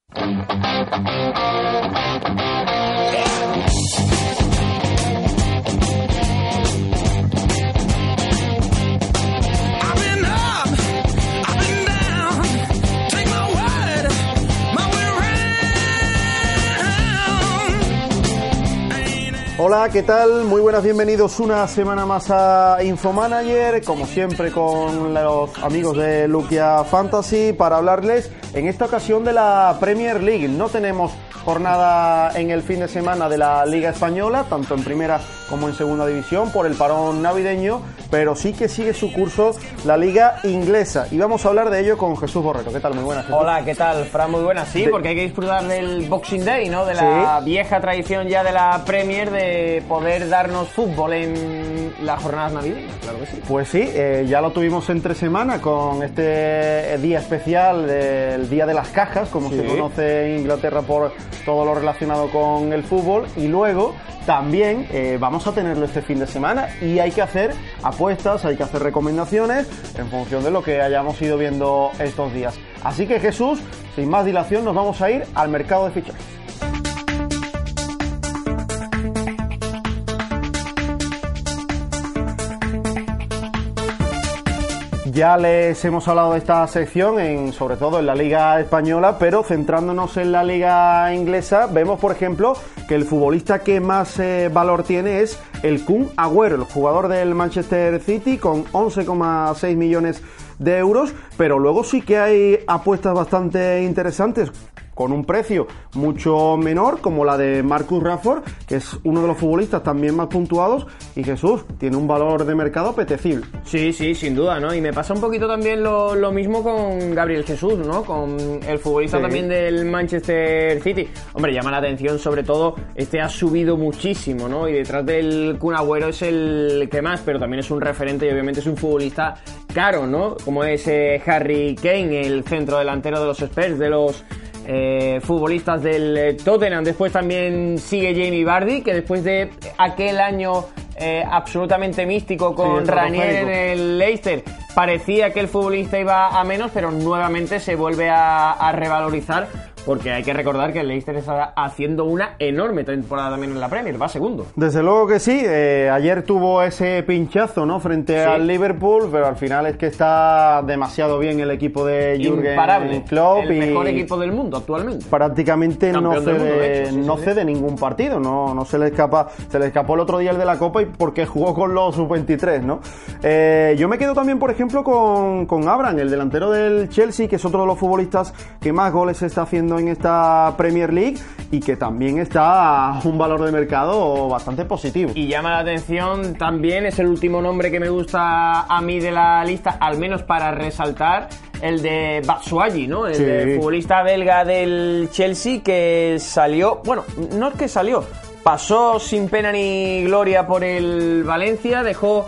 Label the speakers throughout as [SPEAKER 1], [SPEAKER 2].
[SPEAKER 1] Hola, ¿qué tal? Muy buenas, bienvenidos una semana más a Infomanager, como siempre con los amigos de Luquia Fantasy para hablarles en esta ocasión de la Premier League. No tenemos jornada en el fin de semana de la Liga Española, tanto en primera como en segunda división por el parón navideño, pero sí que sigue su curso la Liga Inglesa y vamos a hablar de ello con Jesús Borrero. ¿Qué tal? Muy buenas, Jesús.
[SPEAKER 2] Hola, ¿qué tal, Fran? Muy buenas, sí, porque hay que disfrutar del Boxing Day, ¿no? De la vieja tradición ya de la Premier de poder darnos fútbol en las jornadas navideñas, claro que sí.
[SPEAKER 1] Pues sí, ya lo tuvimos entre semana con este día especial del Día de las Cajas, como se conoce en Inglaterra por todo lo relacionado con el fútbol, y luego también vamos a tenerlo este fin de semana y hay que hacer apuestas, hay que hacer recomendaciones en función de lo que hayamos ido viendo estos días. Así que Jesús, sin más dilación, nos vamos a ir al mercado de fichajes. Ya les hemos hablado de esta sección, sobre todo en la Liga Española, pero centrándonos en la Liga Inglesa, vemos, por ejemplo, que el futbolista que más valor tiene es el Kun Agüero, el jugador del Manchester City, con 11,6 millones de euros, pero luego sí que hay apuestas bastante interesantes, con un precio mucho menor, como la de Marcus Rashford, que es uno de los futbolistas también más puntuados, y Jesús, tiene un valor de mercado apetecible.
[SPEAKER 2] Sí, sin duda, ¿no? Y me pasa un poquito también lo mismo con Gabriel Jesús, ¿no? Con el futbolista también del Manchester City. Hombre, llama la atención, sobre todo, ha subido muchísimo, ¿no? Y detrás del Kun Agüero es el que más, pero también es un referente y obviamente es un futbolista caro, ¿no? Como es Harry Kane, el centro delantero de los Spurs, de los futbolistas del Tottenham. Después también sigue Jamie Vardy, que después de aquel año absolutamente místico con Ranieri en el Leicester, parecía que el futbolista iba a menos, pero nuevamente se vuelve a revalorizar, porque hay que recordar que el Leicester está haciendo una enorme temporada también en la Premier, va segundo.
[SPEAKER 1] Desde luego que sí, ayer tuvo ese pinchazo, ¿no?, frente al Liverpool, pero al final es que está demasiado bien el equipo de Jürgen Klopp,
[SPEAKER 2] el mejor equipo del mundo actualmente.
[SPEAKER 1] Prácticamente no cede ningún partido, no se le escapó el otro día el de la Copa y porque jugó con los sub-23, ¿no? Yo me quedo también, por ejemplo, con Abraham, el delantero del Chelsea, que es otro de los futbolistas que más goles está haciendo en esta Premier League y que también está a un valor de mercado bastante positivo.
[SPEAKER 2] Y llama la atención también, es el último nombre que me gusta a mí de la lista, al menos para resaltar, el de Batshuayi, ¿no? El futbolista belga del Chelsea que salió, bueno, no es que salió, pasó sin pena ni gloria por el Valencia, dejó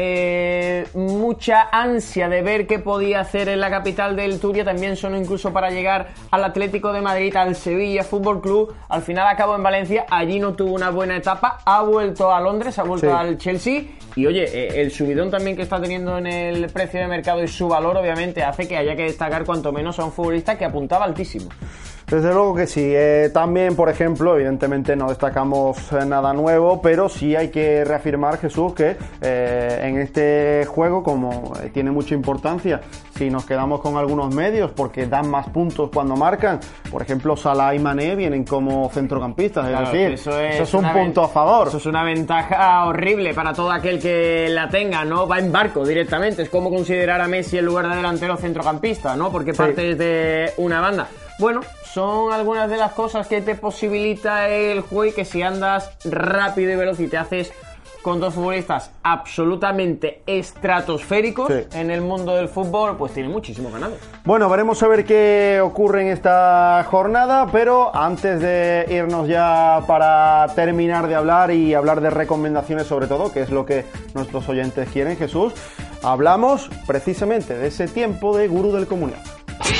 [SPEAKER 2] mucha ansia de ver qué podía hacer en la capital del Turia, también sonó incluso para llegar al Atlético de Madrid, al Sevilla Fútbol Club, al final acabó en Valencia, allí no tuvo una buena etapa, ha vuelto a Londres, ha vuelto al Chelsea y oye, el subidón también que está teniendo en el precio de mercado y su valor obviamente hace que haya que destacar cuanto menos a un futbolista que apuntaba altísimo.
[SPEAKER 1] Desde luego que sí. También, por ejemplo, evidentemente no destacamos nada nuevo, pero sí hay que reafirmar, Jesús, que en este juego, como tiene mucha importancia, si nos quedamos con algunos medios, porque dan más puntos cuando marcan, por ejemplo, Salah y Mané vienen como centrocampistas, es decir, eso es un punto a favor. Eso
[SPEAKER 2] es una ventaja horrible para todo aquel que la tenga, ¿no? Va en barco directamente, es como considerar a Messi en lugar de delantero centrocampista, ¿no? Porque parte de una banda. Bueno, son algunas de las cosas que te posibilita el juego y que si andas rápido y veloz y te haces con dos futbolistas absolutamente estratosféricos en el mundo del fútbol, pues tiene muchísimo ganado.
[SPEAKER 1] Bueno, veremos a ver qué ocurre en esta jornada, pero antes de irnos ya para terminar de hablar y hablar de recomendaciones sobre todo, que es lo que nuestros oyentes quieren, Jesús, hablamos precisamente de ese tiempo de Gurú del Comuniazo.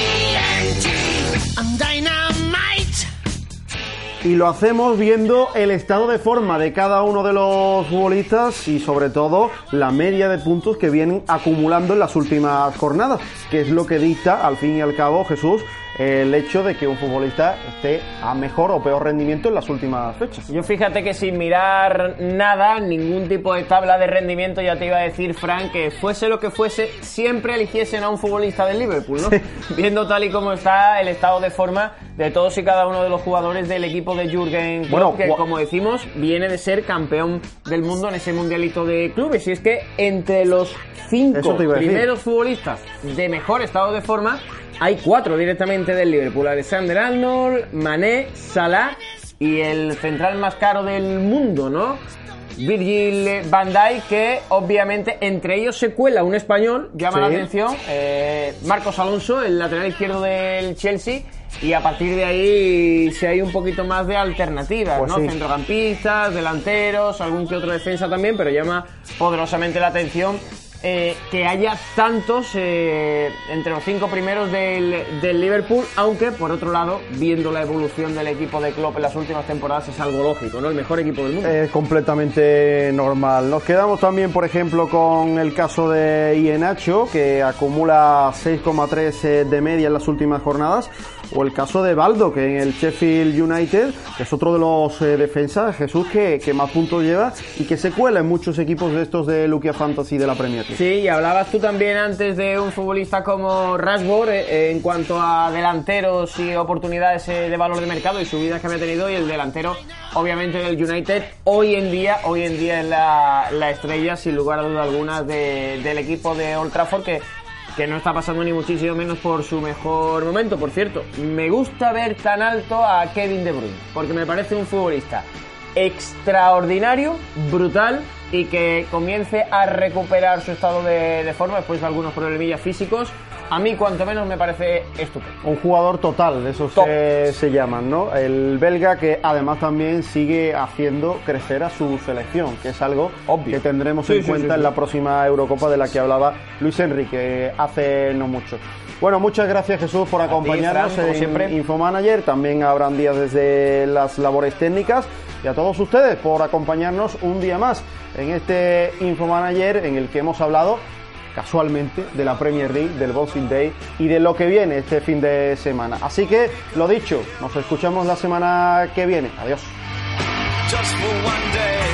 [SPEAKER 1] Y lo hacemos viendo el estado de forma de cada uno de los futbolistas y sobre todo la media de puntos que vienen acumulando en las últimas jornadas, que es lo que dicta al fin y al cabo, Jesús, el hecho de que un futbolista esté a mejor o peor rendimiento en las últimas fechas.
[SPEAKER 2] Yo fíjate que sin mirar nada, ningún tipo de tabla de rendimiento, ya te iba a decir, Fran, que fuese lo que fuese, siempre eligiesen a un futbolista del Liverpool, ¿no? Sí. Viendo tal y como está el estado de forma de todos y cada uno de los jugadores del equipo de Jürgen Klopp, que como decimos, viene de ser campeón del mundo en ese mundialito de clubes. Y es que entre los 5 primeros futbolistas de mejor estado de forma, hay 4 directamente del Liverpool: Alexander-Arnold, Mané, Salah y el central más caro del mundo, ¿no? Virgil van Dijk, que obviamente entre ellos se cuela un español, llama la atención, Marcos Alonso, el lateral izquierdo del Chelsea, y a partir de ahí si hay un poquito más de alternativas, pues ¿no? Sí. Centrocampistas, delanteros, algún que otro defensa también, pero llama poderosamente la atención que haya tantos entre los 5 primeros del Liverpool, aunque por otro lado, viendo la evolución del equipo de Klopp en las últimas temporadas, es algo lógico, ¿no? El mejor equipo del mundo.
[SPEAKER 1] Es completamente normal. Nos quedamos también, por ejemplo, con el caso de Iheanacho, que acumula 6,3 de media en las últimas jornadas, o el caso de Baldo, que en el Sheffield United, que es otro de los defensas, Jesús, que más puntos lleva y que se cuela en muchos equipos de estos de Lukia Fantasy de la Premier League.
[SPEAKER 2] Sí, y hablabas tú también antes de un futbolista como Rashford en cuanto a delanteros y oportunidades de valor de mercado y subidas que había tenido, y el delantero obviamente del United hoy en día es la estrella sin lugar a duda alguna del equipo de Old Trafford, que no está pasando ni muchísimo menos por su mejor momento. Por cierto, me gusta ver tan alto a Kevin De Bruyne, porque me parece un futbolista extraordinario, brutal, y que comience a recuperar su estado de forma después de algunos problemillas físicos. A mí, cuanto menos, me parece estupendo.
[SPEAKER 1] Un jugador total, de esos se llaman, ¿no? El belga, que además también sigue haciendo crecer a su selección, que es algo obvio que tendremos en cuenta en la próxima Eurocopa, de la que hablaba Luis Enrique hace no mucho. Bueno, muchas gracias, Jesús, por acompañarnos en siempre. Infomanager. También a Abraham Díaz desde las labores técnicas, y a todos ustedes por acompañarnos un día más en este Infomanager, en el que hemos hablado casualmente de la Premier League, del Boxing Day y de lo que viene este fin de semana. Así que, lo dicho, nos escuchamos la semana que viene. Adiós.